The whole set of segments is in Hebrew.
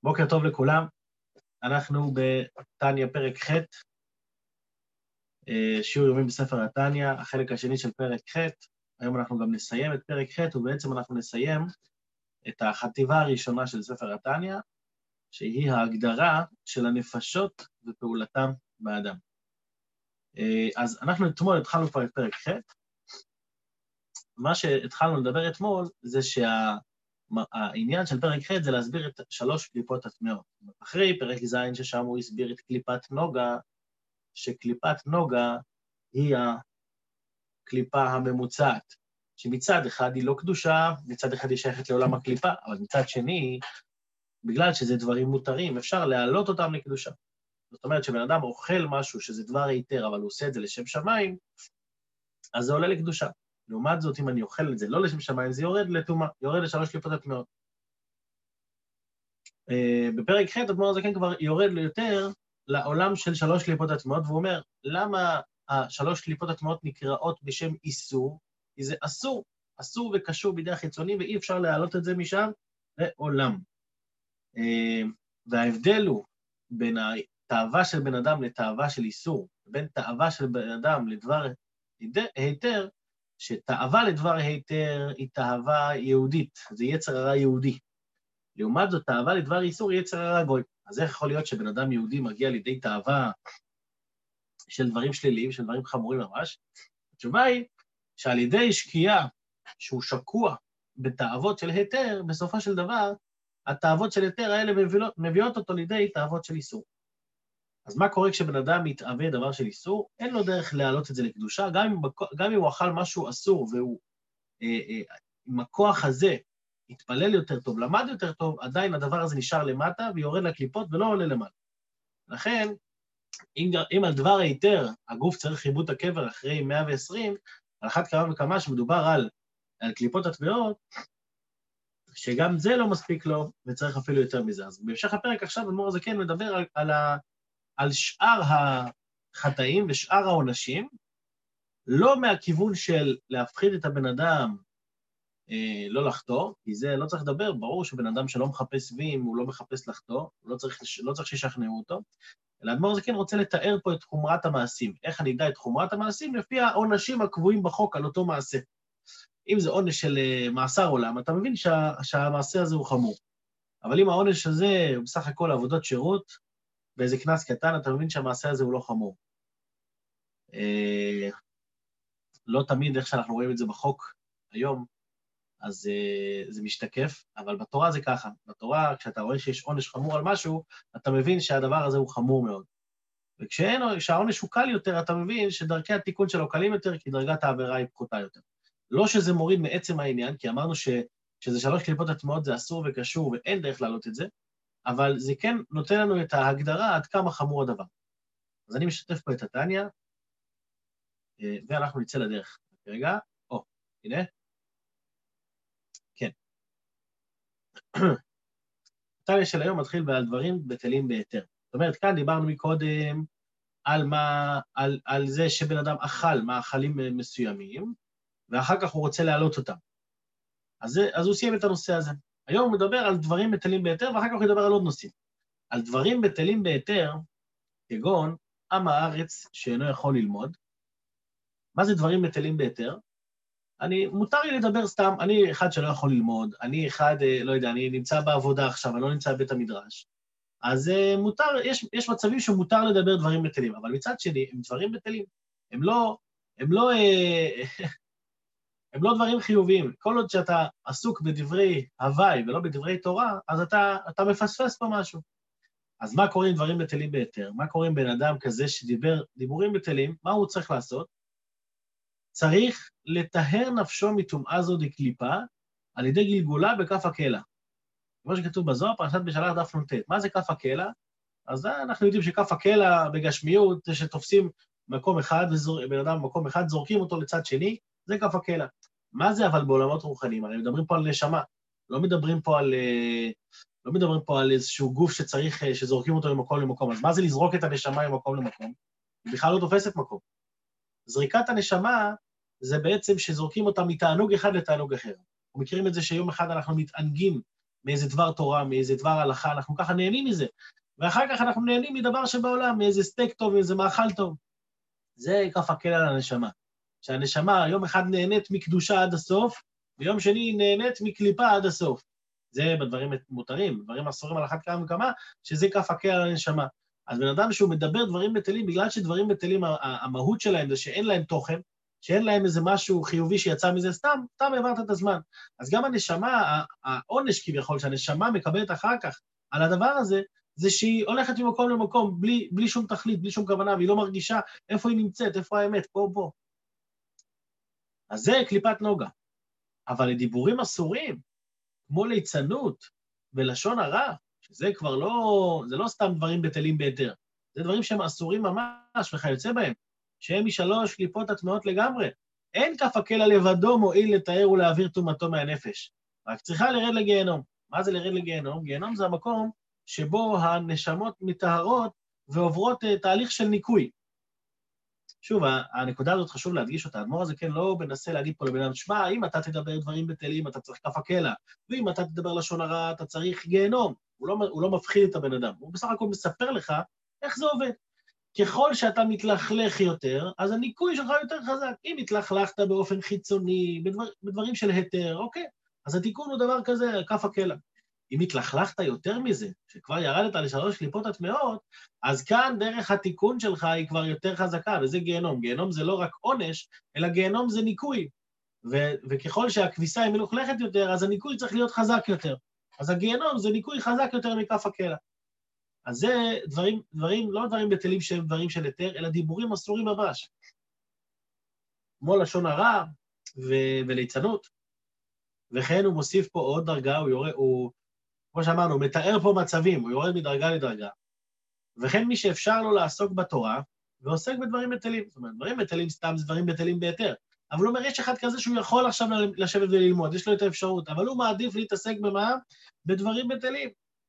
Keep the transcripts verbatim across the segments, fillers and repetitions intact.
בוקר טוב לכולם, אנחנו בתניה פרק ח', שיעור יומי בספר התניה, החלק השני של פרק ח', היום אנחנו גם נסיים את פרק ח', ובעצם אנחנו נסיים את החטיבה הראשונה של ספר התניה, שהיא ההגדרה של הנפשות ופעולתם באדם. אז אנחנו אתמול התחלנו כבר את פרק ח', מה שהתחלנו לדבר אתמול זה שה... העניין של פרק ח' זה להסביר את שלוש קליפות הטמאות. אחרי פרק ז' ששם הוא הסביר את קליפת נוגה, שקליפת נוגה היא הקליפה הממוצעת, שמצד אחד היא לא קדושה, מצד אחד היא שייכת לעולם הקליפה, אבל מצד שני, בגלל שזה דברים מותרים, אפשר להעלות אותם לקדושה. זאת אומרת שבן אדם אוכל משהו שזה דבר היתר, אבל הוא עושה את זה לשם שמיים, אז זה עולה לקדושה. לעומת זאת, אם אני אוכל את זה לא לשם שמיים, זה יורד לטומאה, יורד לשלוש קליפות הטמאות. בפרק ח' אדמו"ר הזקן כבר יורד ליותר לעולם של שלוש קליפות הטמאות, והוא אומר, למה השלוש קליפות הטמאות נקראות בשם איסור? כי זה אסור, אסור וקשור בידי החיצוני, ואי אפשר להעלות את זה משם לעולם. וההבדל הוא בין התאווה של בן אדם לתאווה של איסור, בין תאווה של בן אדם לדבר היתר, שתאווה לדבר היתר היא תאווה יהודית, זה יצר הרע יהודי. לעומת זאת, תאווה לדבר איסור היא יצר הרע גוי. אז איך יכול להיות שבן אדם יהודי מגיע לידי תאווה של דברים שליליים, של דברים חמורים ממש? התשובה היא שעל ידי שקיעה שהוא שקוע בתאוות של היתר, בסופו של דבר, התאוות של היתר האלה מביאות, מביאות אותו לידי תאוות של איסור. אז מה קורה כשבן אדם מתאווה דבר של איסור? אין לו דרך להעלות את זה לקדושה, גם אם, גם אם הוא אכל משהו אסור, והוא אה, אה, עם הכוח הזה התפלל יותר טוב, למד יותר טוב, עדיין הדבר הזה נשאר למטה, ויורד לקליפות ולא עולה למעלה. לכן, אם, אם על דבר היתר, הגוף צריך חיבוט הקבר אחרי מאה ועשרים, על אחת כמה וכמה שמדובר על, על קליפות הטמאות, שגם זה לא מספיק לו, וצריך אפילו יותר מזה. אז בהמשך הפרק עכשיו, אדמו"ר הזקן מדבר על, על ה... על שאר החטאים ושאר העונשים, לא מהכיוון של להפחיד את הבן אדם אה, לא לחטוא, כי זה לא צריך לדבר, ברור שבן אדם שלא מחפש וים, הוא לא מחפש לחטוא, לא צריך, לא צריך שישכנעו אותו, אלא אדמו"ר הזקן רוצה לתאר פה את חומרת המעשים. איך אני אדע את חומרת המעשים? לפי העונשים הקבועים בחוק על אותו מעשה. אם זה עונש של מאסר עולם, אתה מבין שה, שהמעשה הזה הוא חמור. אבל אם העונש הזה הוא בסך הכל עבודות שירות, באיזה כנס קטן, אתה מבין שהמעשה הזה הוא לא חמור. אה, לא תמיד איך שאנחנו רואים את זה בחוק היום, אז אה, זה משתקף, אבל בתורה זה ככה. בתורה, כשאתה רואה שיש עונש חמור על משהו, אתה מבין שהדבר הזה הוא חמור מאוד. וכשהעונש הוא קל יותר, אתה מבין שדרכי התיקון שלו קלים יותר, כי דרגת העבירה היא פחותה יותר. לא שזה מוריד מעצם העניין, כי אמרנו ש, שזה שלוש קליפות הטמאות, זה אסור וקשור, ואין דרך להעלות את זה, אבל זה כן נותן לנו את ההגדרה עד כמה חמור הדבר. אז אני משתף פה את התניה, ואנחנו נצא לדרך. רגע, או, הנה. כן. התניה של היום מתחיל על דברים בטלים בהיתר. זאת אומרת, כאן דיברנו מקודם על, מה, על, על זה שבן אדם אכל מאכלים מסוימים, ואחר כך הוא רוצה להעלות אותם. אז, אז הוא סיים את הנושא הזה. היום הוא מדבר על דברים בטלים בהיתר, ואחר כך הוא ידבר על עוד נושאים. על דברים בטלים בהיתר, כגון עם הארץ שאינו יכול ללמוד. מה זה דברים בטלים בהיתר? אני, מותר לי לדבר סתם, אני אחד שלא יכול ללמוד, אני אחד, לא יודע, אני נמצא בעבודה עכשיו, אני לא נמצא בבית המדרש. אז מותר, יש, יש מצבים שמותר לדבר דברים בטלים, אבל מצד שני, הם דברים בטלים. הם לא, הם לא, הם לא דברים חיוביים. כל עוד שאתה עסוק בדברי הוואי ולא בדברי תורה, אז אתה, אתה מפספס פה משהו. אז מה קורה עם דברים בטלים בהיתר? מה קורה עם בן אדם כזה שדיבר דיבורים בטלים? מה הוא צריך לעשות? צריך לטהר נפשו מטומאה זו דקליפה, על ידי גלגולה בכף הקלע. כמו שכתוב בזוהר, פרשת בשלח דף נ"ט. מה זה כף הקלע? אז אנחנו יודעים שכף הקלע בגשמיות, זה שתופסים מקום אחד, בן אדם במקום אחד, זורקים אותו לצד שני, זה כף הקלע. מה זה אבל בעולמות רוחניים? הרי מדברים פה על נשמה, לא מדברים פה על... לא מדברים פה על איזשהו גוף שצריך, שזורקים אותו ממקום למקום. אז מה זה לזרוק את הנשמה ממקום למקום? היא בכלל לא תופסת מקום. זריקת הנשמה זה בעצם שזורקים אותה מתענוג אחד לתענוג אחר. אנחנו מכירים את זה שיום אחד אנחנו מתענגים מאיזה דבר תורה, מאיזה דבר הלכה, אנחנו ככה נהנים מזה. ואחר כך אנחנו נהנים מדבר שבעולם, מאיזה סטייק טוב, מאיזה מאכל טוב. זה כף הקל על הנשמה. שהנשמה יום אחד נהנית מקדושה עד הסוף, ויום שני נהנית מקליפה עד הסוף. זה בדברים מותרים, דברים אסורים על אחת כמה וכמה, שזה כף הקל על הנשמה. אז בן אדם שהוא מדבר דברים בטלים, בגלל שדברים בטלים, המהות שלהם זה שאין להם תוכן, שאין להם איזה משהו חיובי שיצא מזה, סתם, סתם העברת את הזמן. אז גם הנשמה, העונש כביכול, שהנשמה מקבלת אחר כך על הדבר הזה, זה שהיא הולכת ממקום למקום, בלי, בלי שום תכלית, בלי שום כוונה, והיא לא מרגישה איפה היא נמצאת, איפה האמת, פה, פה. אז זה קליפת נוגה. אבל לדיבורים אסורים, כמו ליצנות ולשון הרע, שזה כבר לא, זה לא סתם דברים בטלים בהיתר, זה דברים שהם אסורים ממש וכיוצא בהם, שהם משלוש קליפות הטמעות לגמרי. אין כף הקל לבדו מועיל לתאר ולהעביר טומאתו מהנפש, רק צריכה לרד לגיהנום. מה זה לרד לגיהנום? גיהנום זה המקום שבו הנשמות מטהרות ועוברות תהליך של ניקוי. שוב, הנקודה הזאת חשוב להדגיש אותה. האדמו"ר הזה כן לא מנסה להגיד פה לבן אדם, שמע, אם אתה תדבר דברים בטלים, אתה צריך כף הקלע, ואם אתה תדבר לשון הרע, אתה צריך גיהנום. הוא לא, הוא לא מפחיד את הבן אדם, הוא בסך הכל מספר לך איך זה עובד. ככל שאתה מתלכלך יותר, אז הניקוי שלך יותר חזק. אם התלכלכת באופן חיצוני, בדבר, בדברים של היתר, אוקיי, אז התיקון הוא דבר כזה, כף הקלע. אם התלכלכת יותר מזה, שכבר ירדת לשלוש קליפות הטמעות, אז כאן דרך התיקון שלך היא כבר יותר חזקה, וזה גיהנום. גיהנום זה לא רק עונש, אלא גיהנום זה ניקוי. ו- וככל שהכביסה היא מלוכלכת יותר, אז הניקוי צריך להיות חזק יותר. אז הגיהנום זה ניקוי חזק יותר מכף הקלע. אז זה דברים, דברים, לא דברים בטלים שהם דברים של היתר, אלא דיבורים אסורים ממש. כמו לשון הרע ו- וליצנות. וכן הוא מוסיף פה עוד דרגה, הוא יורה, הוא... כמו שאמרנו, הוא מתאר פה מצבים, הוא יורד מדרגה לדרגה. וכן מי שאפשר לו לעסוק בתורה, ועוסק בדברים בטלים. זאת אומרת, דברים בטלים סתם זה דברים בטלים בהיתר. אבל הוא אומר, יש אחד כזה שהוא יכול עכשיו לשבת וללמוד, יש לו את האפשרות, אבל הוא מעדיף להתעסק במה? בדברים בטלים.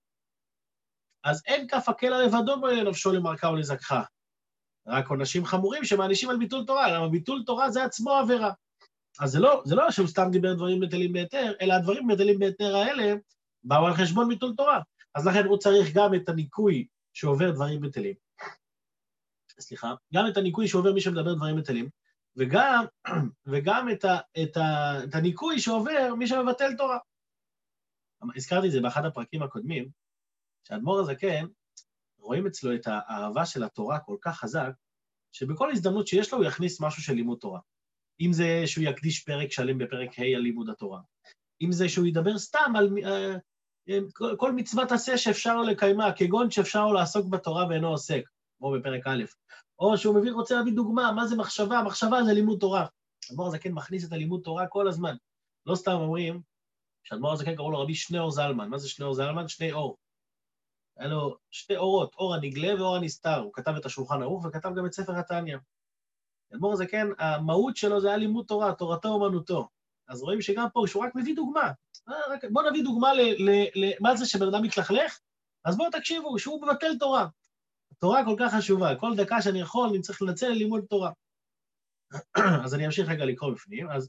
אז אין כף הקלע לבדו בו לנפשו למרכה או לזכחה. רק עונשים חמורים שמענישים על ביטול תורה, למה ביטול תורה זה עצמו עבירה. אז זה לא, זה לא שהוא סתם דיבר דברים בטלים בהיתר, אלא הדברים בטלים בהיתר האלה, באו על חשבון ביטול תורה. אז לכן הוא צריך גם את הניקוי שעובר דברים בטלים. סליחה, גם את הניקוי שעובר מי שמדבר דברים בטלים, וגם, וגם את, ה, את, ה, את הניקוי שעובר מי שמבטל תורה. הזכרתי את זה באחד הפרקים הקודמים, שהאדמו"ר הזקן, רואים אצלו את האהבה של התורה כל כך חזק, שבכל הזדמנות שיש לו הוא יכניס משהו של לימוד תורה. אם זה שהוא יקדיש פרק שלם בפרק ה' על לימוד התורה. אם זה שהוא ידבר סתם על כל, כל מצוות עשה שאפשר לו לקיימה, כגון שאפשר לו לעסוק בתורה ואינו עוסק, כמו בפרק א', או שהוא מביא, רוצה להביא דוגמה, מה זה מחשבה? מחשבה זה לימוד תורה. האדמו"ר הזקן מכניס את הלימוד תורה כל הזמן. לא סתם אומרים, שהאדמו"ר הזקן קראו לו רבי שני אור זלמן. מה זה שני אור זלמן? שני אור. היה לו שתי אורות, אור הנגלה ואור הנסתר. הוא כתב את השולחן ערוך וכתב גם את ספר התניא. האדמו"ר הזקן, המהות שלו זה היה לימוד תורה, תורתו אומנותו. אז רואים שגם פה, שהוא רק מביא דוגמה. בואו נביא דוגמה למה זה שבן אדם מתלכלך, אז בואו תקשיבו, שהוא מבטל תורה. התורה כל כך חשובה, כל דקה שאני יכול, אני צריך לנצל ללימוד תורה. אז אני אמשיך רגע לקרוא בפנים, אז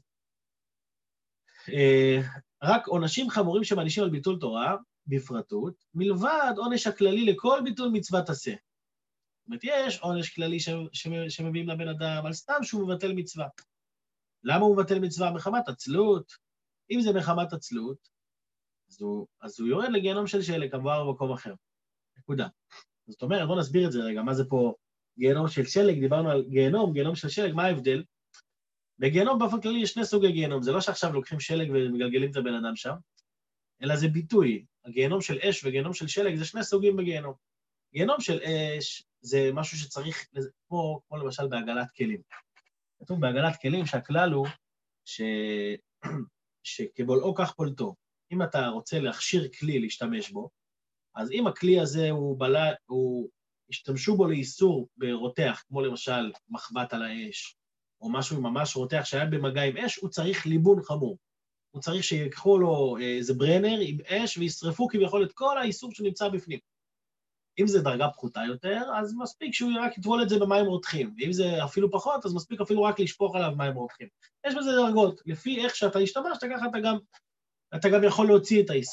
רק עונשים חמורים שמענישים על ביטול תורה, בפרטות, מלבד עונש הכללי לכל ביטול מצוות עשה. זאת אומרת, יש עונש כללי שמביאים לבן אדם, על סתם שהוא מבטל מצווה. למה הוא מבטל מצווה? מחמת עצלות. אם זה מחמת עצלות, אז הוא, אז הוא יורד לגיהנום של שלג, כמובן במקום אחר. נקודה. זאת אומרת, בואו נסביר את זה רגע, מה זה פה גיהנום של שלג, דיברנו על גיהנום, גיהנום של שלג, מה ההבדל? בגיהנום באופן כללי יש שני סוגי גיהנום, זה לא שעכשיו לוקחים שלג ומגלגלים את הבן אדם שם, אלא זה ביטוי. הגיהנום של אש וגיהנום של שלג זה שני סוגים בגיהנום. גיהנום של אש זה משהו שצריך, כמו, כמו למשל בעגלת כלים. כתוב בעגלת כלים שהכלל הוא ש... שכבולעו כך פולטו. אם אתה רוצה להכשיר כלי להשתמש בו, אז אם הכלי הזה הוא בלה, הוא השתמשו בו לאיסור ברותח, כמו למשל מחבת על האש, או משהו ממש רותח שהיה במגע עם אש, הוא צריך ליבון חמור. הוא צריך שיקחו לו איזה ברנר עם אש וישרפו כביכול את כל האיסור שנמצא בפנים. אם זה דרגה פחותה יותר, אז מספיק שהוא רק יטבול את זה במים רותחים. ואם זה אפילו פחות, אז מספיק אפילו רק לשפוך עליו מים רותחים. יש בזה דרגות. לפי איך שאתה השתמשת, ככה אתה גם, אתה גם יכול להוציא את האיסור.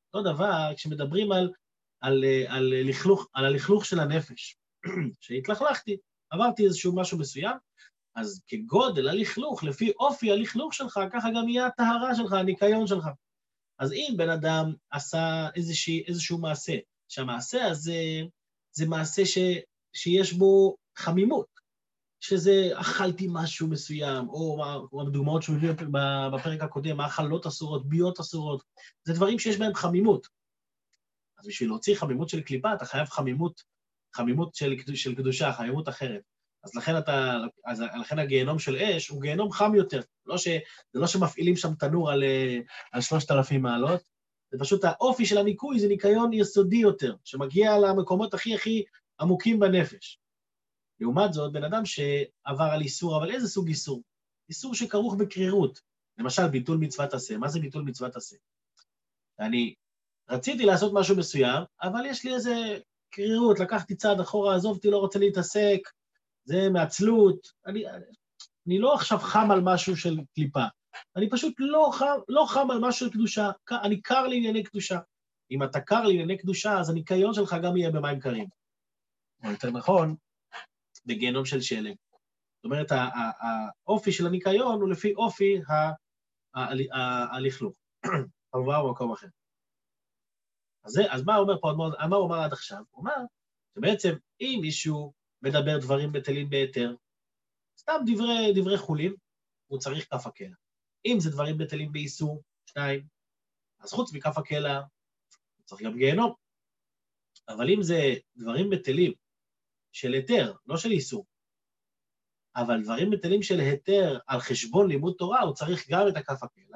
אותו דבר, כשמדברים על, על, על, לכלוך, על הלכלוך של הנפש, שהתלכלכתי, עברתי איזשהו משהו מסוים, אז כגודל הלכלוך, לפי אופי הלכלוך שלך, ככה גם יהיה הטהרה שלך, הניקיון שלך. אז אם בן אדם עשה איזשה, איזשהו מעשה, שהמעשה הזה זה מעשה ש, שיש בו חמימות, שזה אכלתי משהו מסוים, או, או הדוגמאות שהוא הביא בפרק הקודם, מאכלות אסורות, ביות אסורות, זה דברים שיש בהם חמימות. אז בשביל להוציא חמימות של קליפה, אתה חייב חמימות, חמימות של, של קדושה, חמימות אחרת. אז לכן, אתה, אז לכן הגיהנום של אש הוא גיהנום חם יותר. לא ש, זה לא שמפעילים שם תנור על, על שלושת אלפים מעלות, זה פשוט האופי של הניקוי, זה ניקיון יסודי יותר, שמגיע למקומות הכי הכי עמוקים בנפש. לעומת זאת, בן אדם שעבר על איסור, אבל איזה סוג איסור? איסור שכרוך בקרירות. למשל, ביטול מצוות עשה. מה זה ביטול מצוות עשה? אני רציתי לעשות משהו מסוים, אבל יש לי איזה קרירות, לקחתי צעד אחורה, עזובתי, לא רוצה להתעסק, זה מעצלות. אני, אני לא עכשיו חם על משהו של קליפה. אני פשוט לא חם, לא חם על משהו של קדושה. אני קר לענייני קדושה. אם אתה קר לענייני קדושה, אז הניקיון שלך גם יהיה במים קרים. או יותר נכון, בגיהנום של שלג. זאת אומרת, האופי של הניקיון הוא לפי אופי הלכלוך. כמובן הוא מקום אחר. אז, זה, אז מה הוא אומר פה, מה הוא אומר עד עכשיו? הוא אומר שבעצם אם מישהו מדבר דברים בטלים בהיתר, סתם דברי, דברי חולין, הוא צריך כף הקלע. אם זה דברים בטלים באיסור, שניים, אז חוץ מכף הקלע, הוא צריך גם גיהנום. אבל אם זה דברים בטלים של היתר, לא של איסור, אבל דברים בטלים של היתר על חשבון לימוד תורה, הוא צריך גם את הכף הקלע,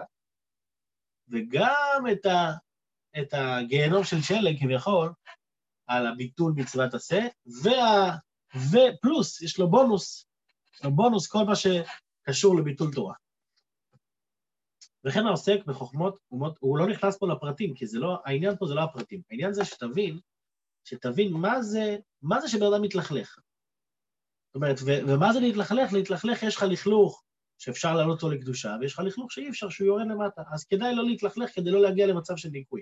וגם את, ה, את הגיהנום של שלג, כביכול, על הביטול מצוות עשה, וה, ופלוס, יש לו בונוס, יש לו בונוס כל מה שקשור לביטול תורה. וכן העוסק בחוכמות, הוא לא נכנס פה לפרטים, כי זה לא, העניין פה זה לא הפרטים, העניין זה שתבין, שתבין מה זה, מה זה שבן אדם מתלכלך. זאת אומרת, ו- ומה זה להתלכלך? להתלכלך יש לך לכלוך שאפשר לעלות אותו לקדושה, ויש לך לכלוך שאי אפשר שהוא יורד למטה, אז כדאי לא להתלכלך כדי לא להגיע למצב של ניקוי.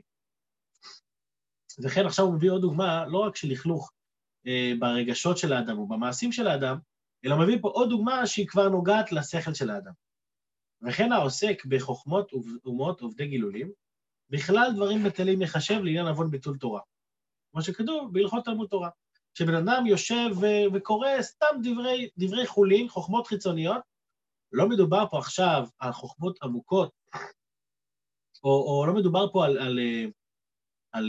וכן עכשיו הוא מביא עוד דוגמה, לא רק של לכלוך אה, ברגשות של האדם או במעשים של האדם, אלא מביא פה עוד דוגמה שהיא כבר נוגעת לשכל של האדם. וכן העוסק בחוכמות אומות עובדי גילולים, בכלל דברים בטלים יחשב לעניין עוון ביטול תורה. כמו שכתוב בהלכות תלמוד תורה, שבן אדם יושב ו- וקורא סתם דברי, דברי חולין, חוכמות חיצוניות, לא מדובר פה עכשיו על חוכמות עמוקות, או, או לא מדובר פה על, על, על, על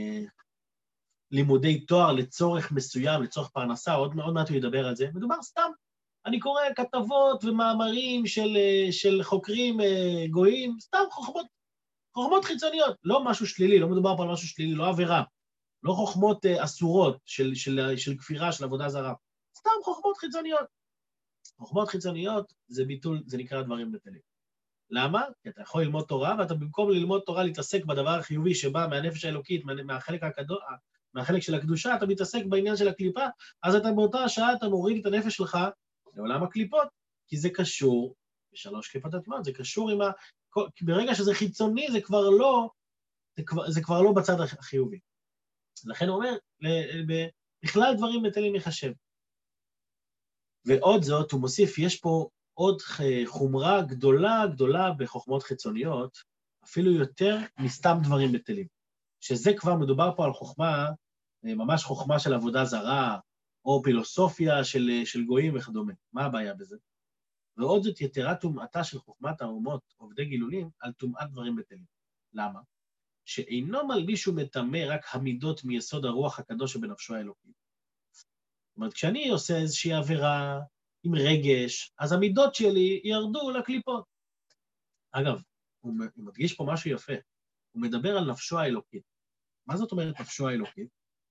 לימודי תואר לצורך מסוים, לצורך פרנסה, עוד, עוד מעט הוא ידבר על זה, מדובר סתם. אני קורא כתבות ומאמרים של, של חוקרים גויים, סתם חוכמות, חוכמות חיצוניות, לא משהו שלילי, לא מדובר פה על משהו שלילי, לא עבירה. לא חוכמות אסורות של, של, של כפירה, של עבודה זרה, סתם חוכמות חיצוניות. חוכמות חיצוניות זה ביטול, זה נקרא דברים בטלים. למה? כי אתה יכול ללמוד תורה, ואתה במקום ללמוד תורה להתעסק בדבר החיובי שבא מהנפש האלוקית, מהחלק הקדוש, מהחלק של הקדושה, אתה מתעסק בעניין של הקליפה, אז אתה באותה השעה אתה מוריד את הנפש שלך לעולם הקליפות, כי זה קשור, בשלוש קליפות הטמעות, זה קשור עם ה... ברגע שזה חיצוני, זה כבר לא, זה כבר, זה כבר לא בצד החיובי. לכן הוא אומר, בכלל דברים בטלים יחשב. ועוד זאת, הוא מוסיף, יש פה עוד חומרה גדולה, גדולה בחוכמות חיצוניות, אפילו יותר מסתם דברים בטלים. שזה כבר מדובר פה על חוכמה, ממש חוכמה של עבודה זרה, או פילוסופיה של, של גויים וכדומה. מה הבעיה בזה? ועוד זאת יתרה טומאתה של חוכמת האומות, עובדי גילולים, על טומאת דברים בטלים. למה? שאינו מלביש ומטמא רק המידות מיסוד הרוח הקדוש שבנפשו האלוקית. זאת אומרת, כשאני עושה איזושהי עבירה עם רגש, אז המידות שלי ירדו לקליפות. אגב, הוא מדגיש פה משהו יפה, הוא מדבר על נפשו האלוקית. מה זאת אומרת נפשו האלוקית?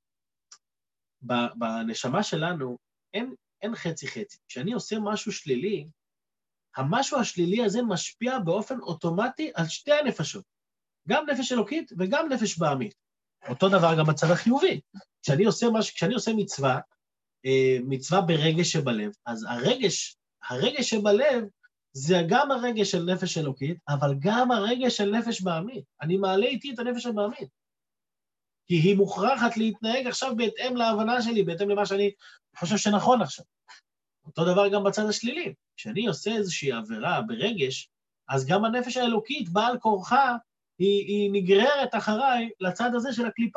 בנשמה שלנו אין, אין חצי חצי. כשאני עושה משהו שלילי, המשהו השלילי הזה משפיע באופן אוטומטי על שתי הנפשות. גם נפש אלוקית וגם נפש בעמית. אותו דבר גם בצד החיובי. כשאני עושה, מש... כשאני עושה מצווה, מצווה ברגש שבלב, אז הרגש, הרגש שבלב זה גם הרגש של נפש אלוקית, אבל גם הרגש של נפש בעמית. אני מעלה איתי את הנפש הבעמית. כי היא מוכרחת להתנהג עכשיו בהתאם להבנה שלי, בהתאם למה שאני חושב שנכון עכשיו. אותו דבר גם בצד השלילי. כשאני עושה איזושהי עבירה ברגש, אז גם הנפש האלוקית, בעל כורחה, היא, היא נגררת אחריי לצד הזה של הקליפה.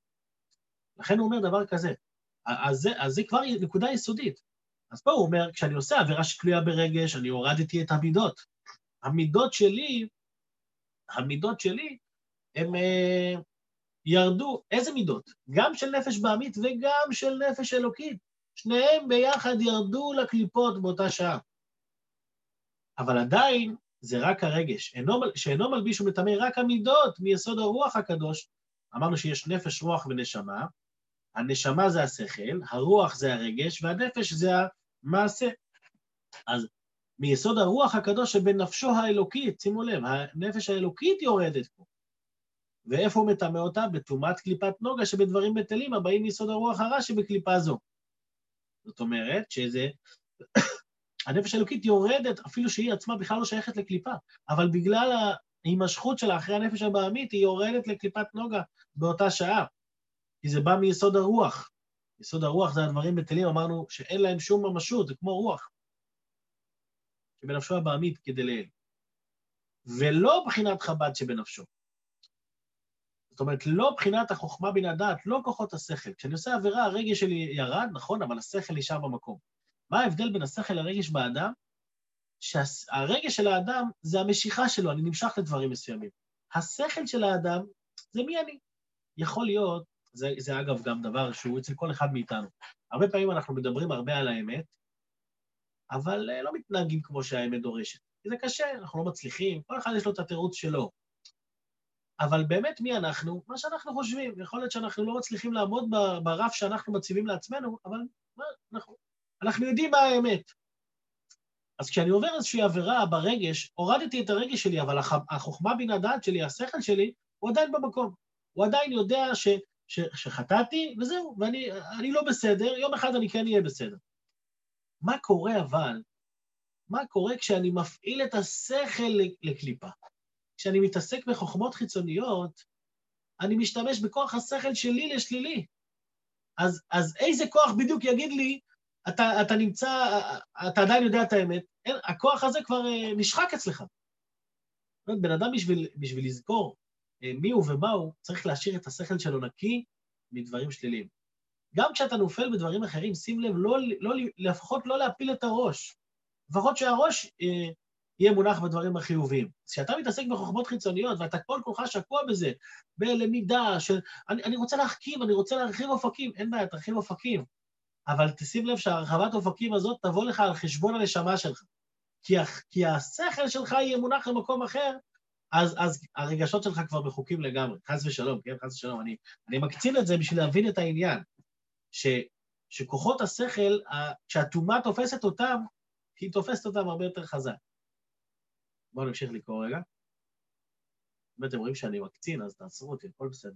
לכן הוא אומר דבר כזה. אז זה, אז זה כבר נקודה יסודית. אז פה הוא אומר, כשאני עושה עבירה שתלויה ברגש, אני הורדתי את המידות. המידות שלי, המידות שלי, הם אה, ירדו. איזה מידות? גם של נפש בהמית וגם של נפש אלוקית. שניהם ביחד ירדו לקליפות באותה שעה. אבל עדיין זה רק הרגש. אינו, שאינו מלביש ומטמא רק המידות מיסוד הרוח הקדוש. אמרנו שיש נפש, רוח ונשמה. הנשמה זה השכל, הרוח זה הרגש, והנפש זה המעשה. אז מיסוד הרוח הקדוש שבנפשו האלוקית, שימו לב, הנפש האלוקית יורדת פה. ואיפה הוא מטמא אותה? בטומאת קליפת נוגה שבדברים בטלים הבאים מיסוד הרוח הרע שבקליפה זו. זאת אומרת שזה, הנפש האלוקית יורדת, אפילו שהיא עצמה בכלל לא שייכת לקליפה, אבל בגלל ההימשכות שלה אחרי הנפש הבהמית, היא יורדת לקליפת נוגה באותה שעה, כי זה בא מיסוד הרוח. יסוד הרוח זה הדברים בטלים, אמרנו שאין להם שום ממשות, זה כמו רוח, שבנפשו הבהמית כדי לאל. ולא בחינת חב"ד שבנפשו. זאת אומרת, לא בחינת החוכמה בין הדעת, לא כוחות השכל. כשאני עושה עבירה, הרגש שלי ירד, נכון, אבל השכל נשאר במקום. מה ההבדל בין השכל לרגש באדם? שהרגש של האדם זה המשיכה שלו, אני נמשך לדברים מסוימים. השכל של האדם זה מי אני. יכול להיות, זה, זה אגב גם דבר שהוא אצל כל אחד מאיתנו. הרבה פעמים אנחנו מדברים הרבה על האמת, אבל לא מתנהגים כמו שהאמת דורשת. כי זה קשה, אנחנו לא מצליחים, כל אחד יש לו את התירוץ שלו. אבל באמת מי אנחנו? מה שאנחנו חושבים. יכול להיות שאנחנו לא מצליחים לעמוד ברף שאנחנו מציבים לעצמנו, אבל מה, אנחנו, אנחנו יודעים מה האמת. אז כשאני עובר איזושהי עבירה ברגש, הורדתי את הרגש שלי, אבל החוכמה בין הדעת שלי, השכל שלי, הוא עדיין במקום. הוא עדיין יודע ש, ש, שחטאתי, וזהו, ואני אני לא בסדר, יום אחד אני כן אהיה בסדר. מה קורה אבל? מה קורה כשאני מפעיל את השכל לקליפה? כשאני מתעסק בחוכמות חיצוניות, אני משתמש בכוח השכל שלי לשלילי. אז, אז איזה כוח בדיוק יגיד לי, אתה, אתה נמצא, אתה עדיין יודע את האמת, אין, הכוח הזה כבר אה, נשחק אצלך. בן אדם בשביל, בשביל לזכור אה, מי הוא ומה הוא, צריך להשאיר את השכל שלו נקי מדברים שליליים. גם כשאתה נופל בדברים אחרים, שים לב, לא, לא, לפחות לא להפיל את הראש. לפחות שהראש אה, יהיה מונח בדברים החיוביים. כשאתה מתעסק בחוכמות חיצוניות, ואתה כל כולך שקוע בזה, בלמידה, של, אני, אני רוצה להחכים, אני רוצה להרחיב אופקים, אין בעיה, תרחיב אופקים. אבל תשים לב שהרחבת אופקים הזאת תבוא לך על חשבון הנשמה שלך. כי, כי השכל שלך יהיה מונח למקום אחר, אז, אז הרגשות שלך כבר מחוקים לגמרי. חס ושלום, כן? חס ושלום. אני, אני מקצין את זה בשביל להבין את העניין. ש, שכוחות השכל, כשהתאומה תופסת אותם, היא תופסת אותם הרבה יותר חזק. בואו נמשיך לקרוא רגע. אם אתם רואים שאני מקצין, אז תעצרו אותי, הכל בסדר.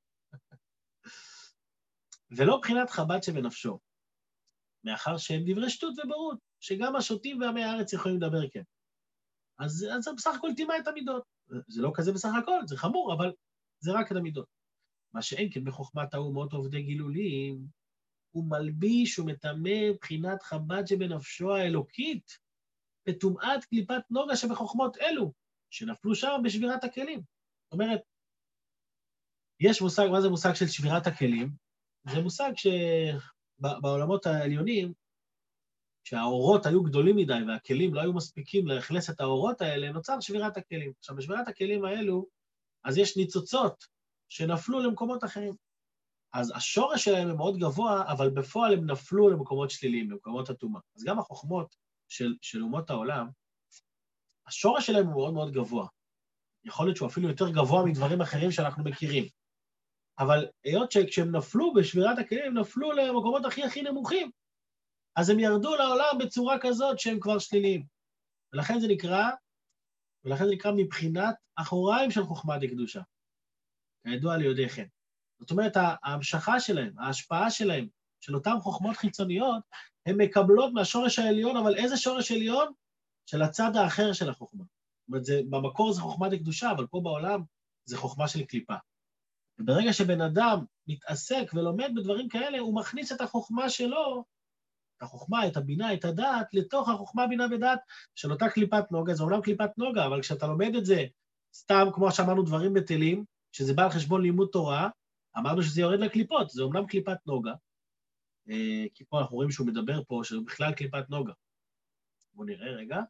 ולא בחינת חב"ד שבנפשו, מאחר שהם דברי שטות וברות, שגם השוטים ועמי הארץ יכולים לדבר כן. אז, אז זה בסך הכל תימה את המידות. זה לא כזה בסך הכל, זה חמור, אבל זה רק את המידות. מה שאין כן בחוכמת האומות עובדי גילולים, הוא מלביש ומטמא בחינת חב"ד שבנפשו האלוקית, בטומאת קליפת נוגה שבחוכמות אלו, שנפלו שם בשבירת הכלים. זאת אומרת, יש מושג, מה זה מושג של שבירת הכלים? זה מושג שבעולמות העליונים, כשהאורות היו גדולים מדי והכלים לא היו מספיקים לאכלס את האורות האלה, נוצר שבירת הכלים. עכשיו, בשבירת הכלים האלו, אז יש ניצוצות שנפלו למקומות אחרים. אז השורש שלהם הוא מאוד גבוה, אבל בפועל הם נפלו למקומות שליליים, למקומות אטומה. אז גם החוכמות של, של אומות העולם, השורש שלהם הוא מאוד מאוד גבוה. יכול להיות שהוא אפילו יותר גבוה מדברים אחרים שאנחנו מכירים. אבל היות שכשהם נפלו בשבירת הכלים, הם נפלו למקומות הכי הכי נמוכים, אז הם ירדו לעולם בצורה כזאת שהם כבר שליליים. ולכן זה נקרא, ולכן זה נקרא מבחינת אחוריים של חוכמה דקדושה. כידוע ליודעי כן. זאת אומרת, ההמשכה שלהם, ההשפעה שלהם, של אותם חוכמות חיצוניות, הן מקבלות מהשורש העליון, אבל איזה שורש עליון? של הצד האחר של החוכמה. זאת אומרת, זה, במקור זה חוכמה דקדושה, אבל פה בעולם זה חוכמה של קליפה. וברגע שבן אדם מתעסק ולומד בדברים כאלה, הוא מכניס את החוכמה שלו, את החוכמה, את הבינה, את הדעת, לתוך החוכמה, בינה ודעת של אותה קליפת נוגה. זה אומנם קליפת נוגה, אבל כשאתה לומד את זה סתם, כמו שאמרנו, דברים בטלים, שזה בא על חשבון לימוד תורה, אמרנו שזה יורד לקליפות, זה אומנם קליפת נוגה, כי פה אנחנו רואים שהוא מדבר פה, שזה בכלל קליפת נוגה. בואו נראה רגע.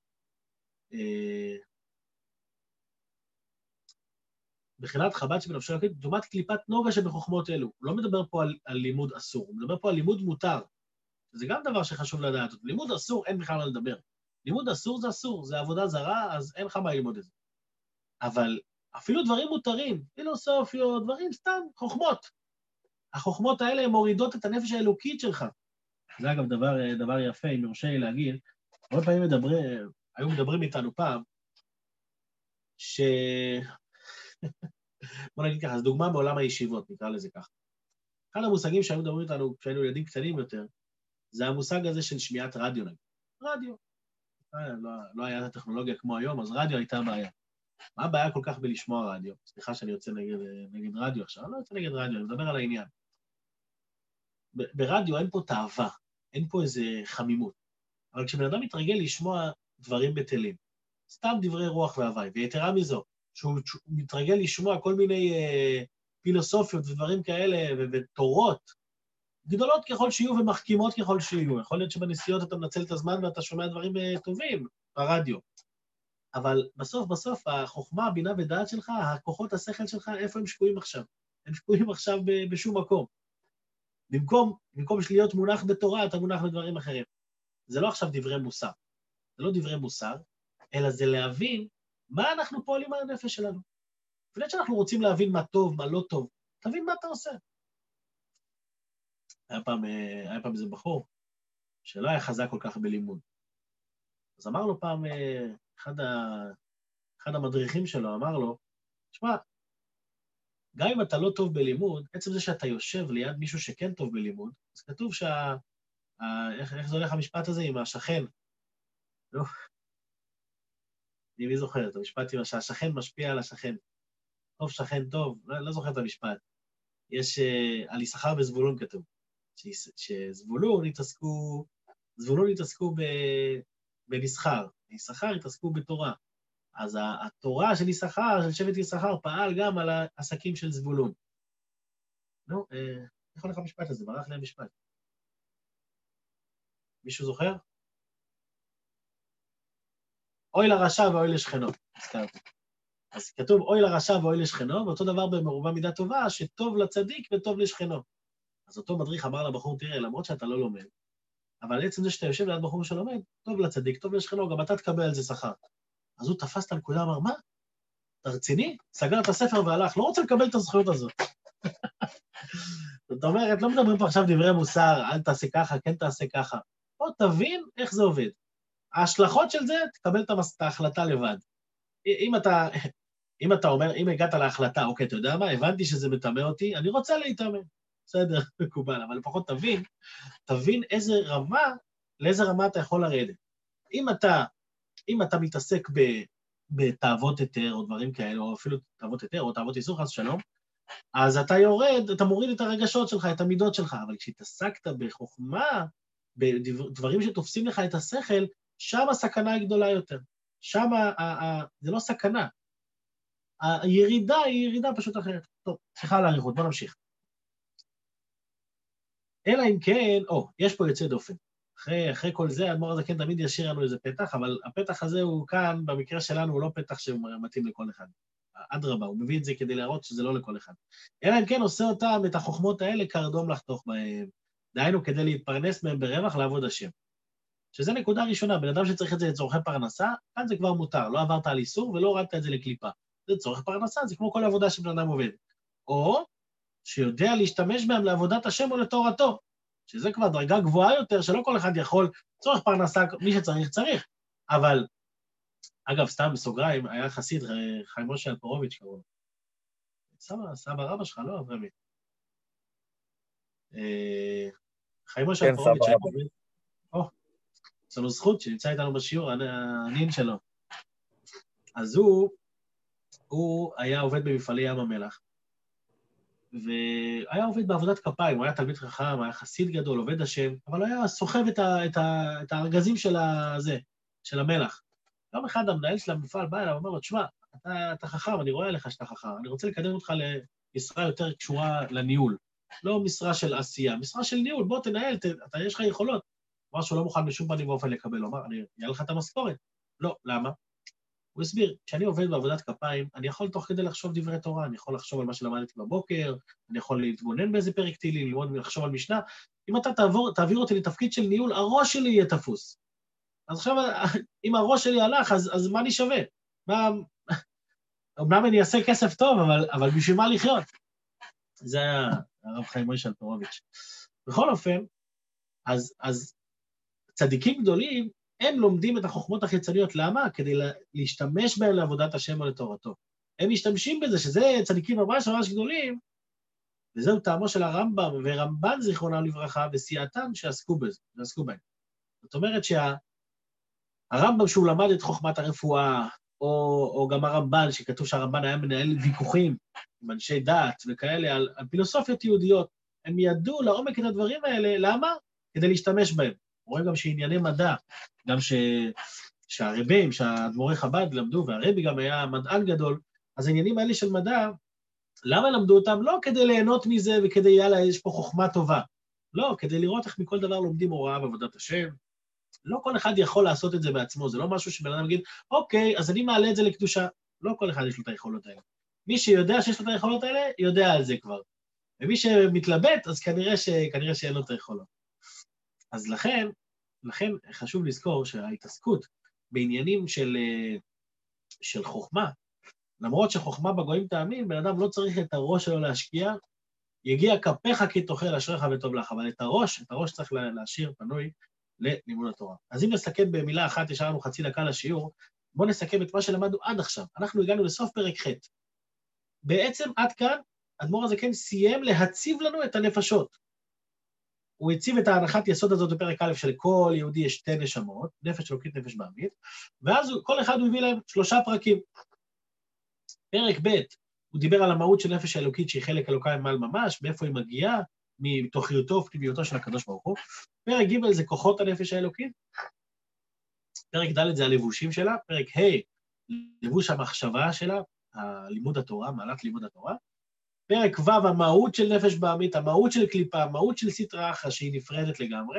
בחילת חב"ד שבנפשו אלוקית, דומת קליפת נוגה שבחוכמות אלו. הוא לא מדבר פה על, על לימוד אסור, הוא מדבר פה על לימוד מותר. זה גם דבר שחשוב לדעת. לימוד אסור, אין בכלל מה לדבר. לימוד אסור זה אסור, זה עבודה זרה, אז אין לך מה ללמוד את זה. אבל אפילו דברים מותרים, פילוסופיות, דברים סתם, חוכמות. החוכמות האלה הן מורידות את הנפש האלוקית שלך. זה אגב דבר, דבר יפה, אם יורשה לי להגיד, הרבה פעמים מדברים, היו מדברים איתנו פעם, ש... בוא נגיד ככה, זו דוגמה מעולם הישיבות, נקרא לזה ככה. אחד המושגים שהיו מדברים איתנו כשהיינו ילדים קטנים יותר, זה המושג הזה של שמיעת רדיו נגיד. רדיו. לא, לא היה הטכנולוגיה כמו היום, אז רדיו הייתה בעיה. מה הבעיה כל כך בלשמוע רדיו? סליחה שאני יוצא נגד, נגד רדיו עכשיו, אני לא יוצא נגד רדיו, אני מדבר על העניין. ב- ברדיו אין פה תאווה, אין פה איזה חמימות. אבל כשבן אדם מתרגל לשמוע דברים בטלים, סתם דברי רוח והווי, ויתרה מזו, שהוא, שהוא מתרגל לשמוע כל מיני אה, פילוסופיות ודברים כאלה ותורות, גדולות ככל שיהיו ומחכימות ככל שיהיו. יכול להיות שבנסיעות אתה מנצל את הזמן ואתה שומע דברים אה, טובים ברדיו. אבל בסוף, בסוף, החוכמה, הבינה ודעת שלך, הכוחות השכל שלך, איפה הם שקועים עכשיו? הם שקועים עכשיו ב- בשום מקום. במקום, במקום להיות מונח בתורה, אתה מונח בדברים אחרים. זה לא עכשיו דברי מוסר. זה לא דברי מוסר, אלא זה להבין מה אנחנו פועלים על הנפש שלנו. לפני שאנחנו רוצים להבין מה טוב, מה לא טוב, תבין מה אתה עושה. היה פעם, היה פעם איזה בחור, שלא היה חזק כל כך בלימוד. אז אמר לו פעם, אחד, ה... אחד המדריכים שלו אמר לו, תשמע, גם אם אתה לא טוב בלימוד, עצם זה שאתה יושב ליד מישהו שכן טוב בלימוד, אז כתוב שה... ה... איך, איך זה הולך המשפט הזה עם השכן? לא. אני מי זוכר את המשפט עם שהשכן משפיע על השכן. טוב שכן טוב, לא, לא זוכר את המשפט. יש uh, על יששכר וזבולון כתוב, ש... שזבולון התעסקו, זבולון התעסקו ב... במסחר, יששכר התעסקו בתורה. אז התורה של יששכר, של שבט יששכר, פעל גם על העסקים של זבולון. נו, אה, איך הולך המשפט הזה? ברח לי המשפט. מישהו זוכר? אוי לרשע ואוי לשכנו, הזכרתי. אז כתוב אוי לרשע ואוי לשכנו, ואותו דבר במרובה מידה טובה, שטוב לצדיק וטוב לשכנו. אז אותו מדריך אמר לבחור, תראה, למרות שאתה לא לומד, אבל עצם זה שאתה יושב ליד בחור שלומד, טוב לצדיק, טוב לשכנו, גם אתה תקבל על זה שכר. אז הוא תפס את הנקודה, אמר, מה? אתה רציני? סגר את הספר והלך, לא רוצה לקבל את הזכויות הזאת. זאת אומרת, לא מדברים פה עכשיו דברי מוסר, אל תעשה ככה, כן תעשה ככה. בוא תבין איך זה עובד. ההשלכות של זה, תקבל את ההחלטה לבד. אם אתה, אם אתה אומר, אם הגעת להחלטה, אוקיי, אתה יודע מה, הבנתי שזה מטמא אותי, אני רוצה להתאמן. בסדר, מקובל, אבל לפחות תבין, תבין איזה רמה, לאיזה רמה אתה יכול לרדת. אם אתה, אם אתה מתעסק ב, בתאוות היתר או דברים כאלה, או אפילו תאוות היתר או תאוות איסור, חס ושלום, אז אתה יורד, אתה מוריד את הרגשות שלך, את המידות שלך, אבל כשהתעסקת בחוכמה, בדברים שתופסים לך את השכל, שם הסכנה היא גדולה יותר. שם ה- ה- זה לא סכנה. הירידה היא ירידה פשוט אחרת. טוב, סליחה על האריכות, בוא נמשיך. אלא אם כן, או, יש פה יוצא דופן. אחרי, אחרי כל זה, האדמו"ר הזקן תמיד ישאיר לנו איזה פתח, אבל הפתח הזה הוא כאן, במקרה שלנו, הוא לא פתח שמתאים לכל אחד. אדרבה, הוא מביא את זה כדי להראות שזה לא לכל אחד. אלא אם כן עושה אותם, את החוכמות האלה, קרדום לחתוך בהם. דהיינו, כדי להתפרנס מהם ברווח, לעבוד השם. שזה נקודה ראשונה, בן אדם שצריך את זה לצורכי פרנסה, כאן זה כבר מותר, לא עברת על איסור ולא הורדת את זה לקליפה. זה צורך פרנסה, זה כמו כל עבודה שבן אדם עובד. או שיודע להשתמש בהם לעבודת השם או לתורתו, שזה כבר דרגה גבוהה יותר, שלא כל אחד יכול, צורך פרנסה, מי שצריך, צריך. אבל, אגב, סתם בסוגריים, היה חסיד, חיים משה אלפרוביץ' קראו לו. סבא, סבא רבא שלך, לא, אברמי. חיים משה אלפרוביץ' היה עובד, או, יש לנו זכות שנמצא איתנו בשיעור, הנין שלו. אז הוא, הוא היה עובד במפעלי ים המלח, והיה עובד בעבודת כפיים, הוא היה תלמיד חכם, היה חסיד גדול, עובד השם, אבל היה סוחב את, ה, את, ה, את הארגזים של הזה, של המלח. יום אחד המנהל של המפעל בא אליו, אומר לו, תשמע, אתה, אתה חכם, אני רואה עליך שאתה חכם, אני רוצה לקדם אותך למשרה יותר קשורה לניהול, לא משרה של עשייה, משרה של ניהול, בוא תנהל, ת, אתה, יש לך יכולות. הוא אמר שהוא לא מוכן בשום פנים ואופן לקבל, הוא אמר, אני אהיה לך את המשכורת. לא, למה? הוא הסביר, כשאני עובד בעבודת כפיים, אני יכול תוך כדי לחשוב דברי תורה, אני יכול לחשוב על מה שלמדתי בבוקר, אני יכול להתבונן באיזה פרק תהילים, ללמוד ולחשוב על משנה. אם אתה תעבור, תעביר אותי לתפקיד של ניהול, הראש שלי יהיה תפוס. אז עכשיו, אם הראש שלי הלך, אז, אז מה אני שווה? מה... אמנם אני אעשה כסף טוב, אבל, אבל בשביל מה לחיות? זה היה הרב חיים מוישה אלפרוביץ'. בכל אופן, אז, אז צדיקים גדולים, הם לומדים את החוכמות החיצוניות. למה? כדי להשתמש בהם לעבודת השם או לתורתו. הם משתמשים בזה, שזה צדיקים ממש ממש גדולים, וזהו טעמו של הרמב"ם ורמב"ן זיכרונם לברכה, וסייעתם שעסקו בזה, שעסקו בהם. זאת אומרת שהרמב"ם שהוא למד את חוכמת הרפואה, או, או גם הרמב"ן, שכתוב שהרמב"ן היה מנהל ויכוחים עם אנשי דת וכאלה, על, על פילוסופיות יהודיות, הם ידעו לעומק את הדברים האלה, למה? כדי להשתמש בהם. רואים גם שענייני מדע, גם ש... שהרבים, שהאדמו"רי חב"ד למדו, והרבי גם היה מדען גדול, אז העניינים האלה של מדע, למה למדו אותם? לא כדי ליהנות מזה וכדי, יאללה, יש פה חוכמה טובה. לא, כדי לראות איך מכל דבר לומדים הוראה בעבודת השם. לא כל אחד יכול לעשות את זה בעצמו, זה לא משהו שבן אדם יגיד, אוקיי, אז אני מעלה את זה לקדושה. לא כל אחד יש לו את היכולות האלה. מי שיודע שיש לו את היכולות האלה, יודע על זה כבר. ומי שמתלבט, אז כנראה, ש... כנראה שאין לו את היכולות. אז לכן, לכן חשוב לזכור שההתעסקות בעניינים של, של חוכמה, למרות שחוכמה בגויים תאמין, בן אדם לא צריך את הראש שלו להשקיע, יגיע כפיך כי תאכל אשריך וטוב לך, אבל את הראש, את הראש צריך להשאיר פנוי ללימוד התורה. אז אם נסכם במילה אחת, יש לנו חצי דקה לשיעור, בואו נסכם את מה שלמדנו עד עכשיו. אנחנו הגענו לסוף פרק ח'. בעצם עד כאן, האדמו"ר הזה כן סיים להציב לנו את הנפשות. הוא הציב את ההנחת יסוד הזאת בפרק א' של כל יהודי יש שתי נשמות, נפש אלוקית, נפש בהמית, ואז כל אחד הוא הביא להם שלושה פרקים. פרק ב' הוא דיבר על המהות של נפש האלוקית שהיא חלק אלוקאי מעל ממש, מאיפה היא מגיעה, מתוכיותו ופנימיותו של הקדוש ברוך הוא. פרק ג' זה כוחות הנפש האלוקית, פרק ד' זה הלבושים שלה, פרק ה' לבוש המחשבה שלה, לימוד התורה, מעלת לימוד התורה, פרק ו' המהות של נפש בהמית, המהות של קליפה, המהות של סטרא אחרא שהיא נפרדת לגמרי,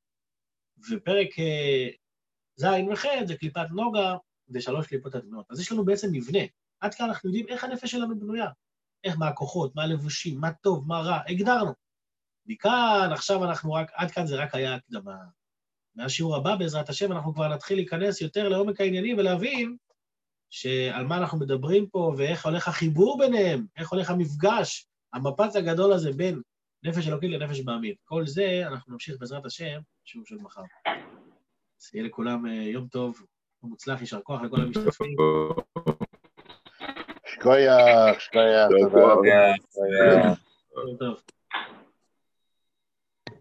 ופרק ז' וח' זה קליפת נוגה ושלוש קליפות הדמיות. אז יש לנו בעצם מבנה. עד כאן אנחנו יודעים איך הנפש שלנו בנויה, איך, מה הכוחות, מה הלבושים, מה טוב, מה רע, הגדרנו. מכאן, עכשיו אנחנו רק, עד כאן זה רק היה הקדמה. מהשיעור הבא בעזרת השם אנחנו כבר נתחיל להיכנס יותר לעומק העניינים ולהבין שעל מה אנחנו מדברים פה ואיך הולך החיבור ביניהם, איך הולך המפגש, המפץ הגדול הזה בין נפש אלוקית לנפש בהמית. כל זה אנחנו נמשיך בעזרת השם, שיעור של מחר. אז יהיה לכולם יום טוב, יום מוצלח, יישר כוח לכל המשתתפים. שכוייח, שכוייח, תודה רבה. יום טוב.